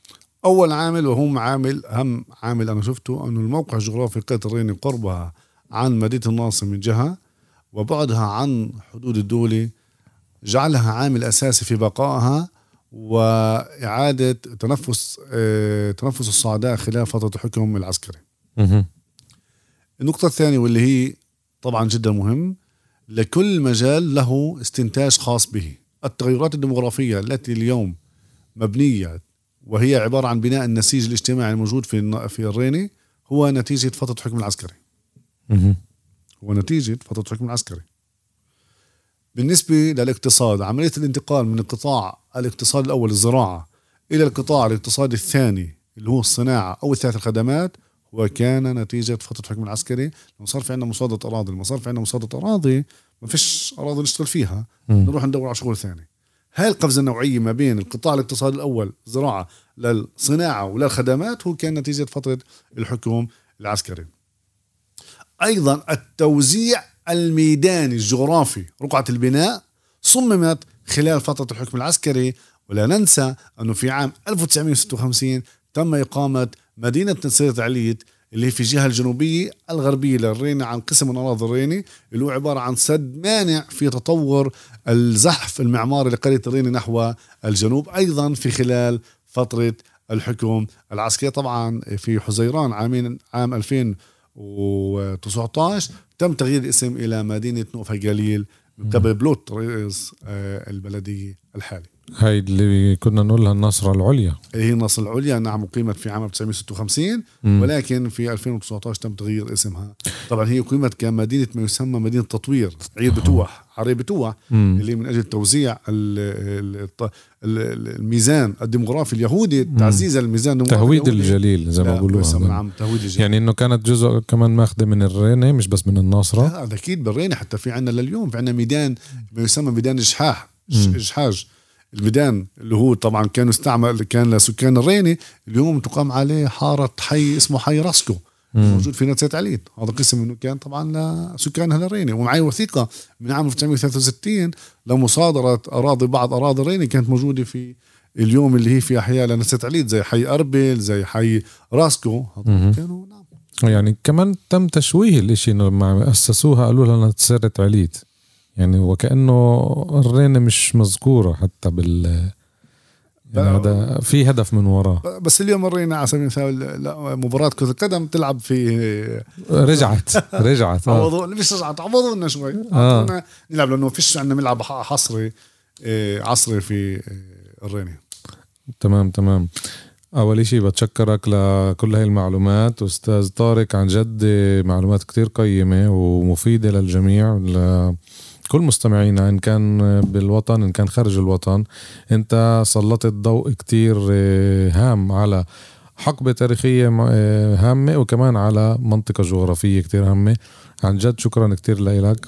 أول عامل وهو عامل أهم عامل أنا شفته، أنه الموقع الجغرافي قرية الريني قربها عن مدينة الناصر من جهة وبعدها عن حدود الدولة جعلها عامل أساسي في بقائها وإعادة تنفس الصعداء خلال فترة الحكم العسكري. النقطة الثانية واللي هي طبعا جدا مهم، لكل مجال له استنتاج خاص به. التغيرات الديمغرافية التي اليوم مبنية وهي عبارة عن بناء النسيج الاجتماعي الموجود في الريني هو نتيجة فترة الحكم العسكري. هو نتيجة فترة الحكم العسكري. بالنسبة للاقتصاد، عملية الانتقال من القطاع الاقتصاد الأول الزراعة إلى القطاع الاقتصادي الثاني اللي هو الصناعة أو الثالث الخدمات وكان نتيجة فترة الحكم العسكري. لما صار في عندنا مصادرة أراضي، لما صار في عندنا مصادرة أراضي ما فيش أراضي نشتغل فيها، نروح ندور على شغل ثاني. هاي القفزة النوعية ما بين القطاع الاقتصادي الأول زراعة للصناعة وللخدمات هو كان نتيجة فترة الحكم العسكري. أيضا التوزيع الميداني الجغرافي، رقعة البناء صممت خلال فترة الحكم العسكري. ولا ننسى أنه في عام 1956 تم إقامة مدينة نصيرة عليت اللي في الجهة الجنوبية الغربية للريني عن قسم من أراضي الريني، اللي هو عبارة عن سد مانع في تطور الزحف المعماري لقرية الريني نحو الجنوب. أيضا في خلال فترة الحكم العسكري طبعا في حزيران عام 2019 تم تغيير الاسم إلى مدينة نوفا جليل من قبل بلوت رئيس البلدية الحالي. هاي اللي كنا نقولها الناصرة العليا، هي الناصرة العليا. نعم، أقيمت في عام 1956 ولكن في 2019 تم تغيير اسمها. طبعا هي أقيمت كمدينة ما يسمى مدينة تطوير عير بتوح، عري بتوح، اللي من أجل توزيع الميزان الديمغرافي اليهودي، تعزيز الميزان تهويد الجليل زي ما بقولوها. نعم، تهويد الجليل. يعني إنه كانت جزء كمان ماخذة من الريني مش بس من الناصرة. هذا أكيد بالريني. حتى في عنا لليوم في عنا ميدان ما يسمى ميدان إجحاج. الميدان اللي هو طبعا كان يستعمل كان لسكان الريني، اليوم تقام عليه حارة حي اسمه حي راسكو موجود في نصيرة عليت. هذا قسم منه كان طبعا لسكان الريني. ومعي وثيقة من عام 1963 لمصادرة أراضي بعض أراضي الريني كانت موجودة في اليوم اللي هي في أحياء لنصيرة عليت زي حي أربل زي حي راسكو. كانوا نعم يعني كمان تم تشويه الاشي انه لما أسسوها قالوا لها نصيرة عليت، يعني وكأنه الرينة مش مذكورة حتى يعني هذا في هدف من وراه. بس اليوم الرينة على سبيل المثال مباراة كرة القدم تلعب في رجعت مش رجعت عوضونا شوي نلعب لأنه فيش عندنا ملعب عصري في الرينة. تمام. أول شيء بتشكرك لكل هاي المعلومات أستاذ طارق، عن جد معلومات كتير قيمة ومفيدة للجميع، كل مستمعينا إن كان بالوطن إن كان خارج الوطن. أنت سلطت الضوء كتير هام على حقبة تاريخية هامة وكمان على منطقة جغرافية كتير هامة. عن جد شكرا كتير لك،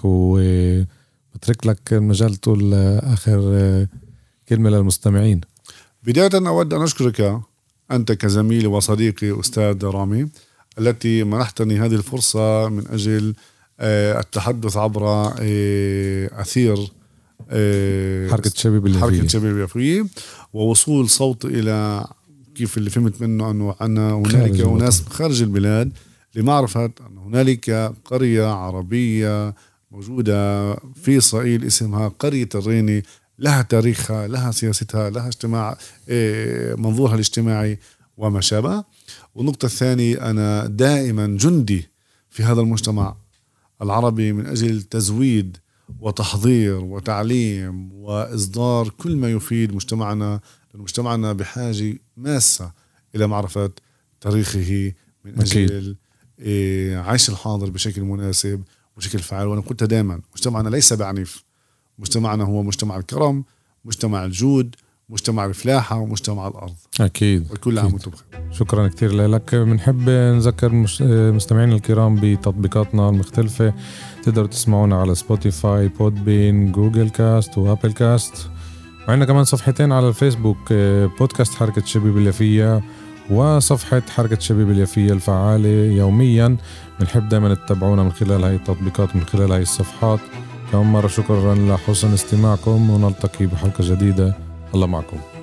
وبترك لك المجال تقول آخر كلمة للمستمعين. بداية أود أن أشكرك أنت كزميلي وصديقي أستاذ رامي التي منحتني هذه الفرصة من أجل التحدث عبر أثير حركة شباب اليافية ووصول صوت إلى كيف اللي فهمت منه أنه هنالك ناس خارج البلاد لمعرفة أن هنالك قرية عربية موجودة في إسرائيل اسمها قرية الريني، لها تاريخها، لها سياستها، لها اجتماع منظورها الاجتماعي وما شابه. والنقطة الثانية، أنا دائما جندي في هذا المجتمع العربي من أجل تزويد وتحضير وتعليم وإصدار كل ما يفيد مجتمعنا، لأن مجتمعنا بحاجة ماسة إلى معرفة تاريخه من أجل عيش الحاضر بشكل مناسب وبشكل فعال. وأنا قلت دائما مجتمعنا ليس بعنيف، مجتمعنا هو مجتمع الكرم، مجتمع الجود، مجتمع الفلاحة ومجتمع الأرض. أكيد. وكل عام وانتم بخير. شكرا كتير لك. بنحب نذكر مستمعين الكرام بتطبيقاتنا المختلفة، تقدروا تسمعونا على سبوتيفاي، بودبين، جوجل كاست وابل كاست. وعندنا كمان صفحتين على الفيسبوك، بودكاست حركة شباب اليافية وصفحة حركة شباب اليافية الفعالة يوميا. بنحب دائما تتابعونا من خلال هاي التطبيقات من خلال هاي الصفحات. كمان مرة شكرا لحسن استماعكم، ونلتقي بحلقة جديدة. الله معكم.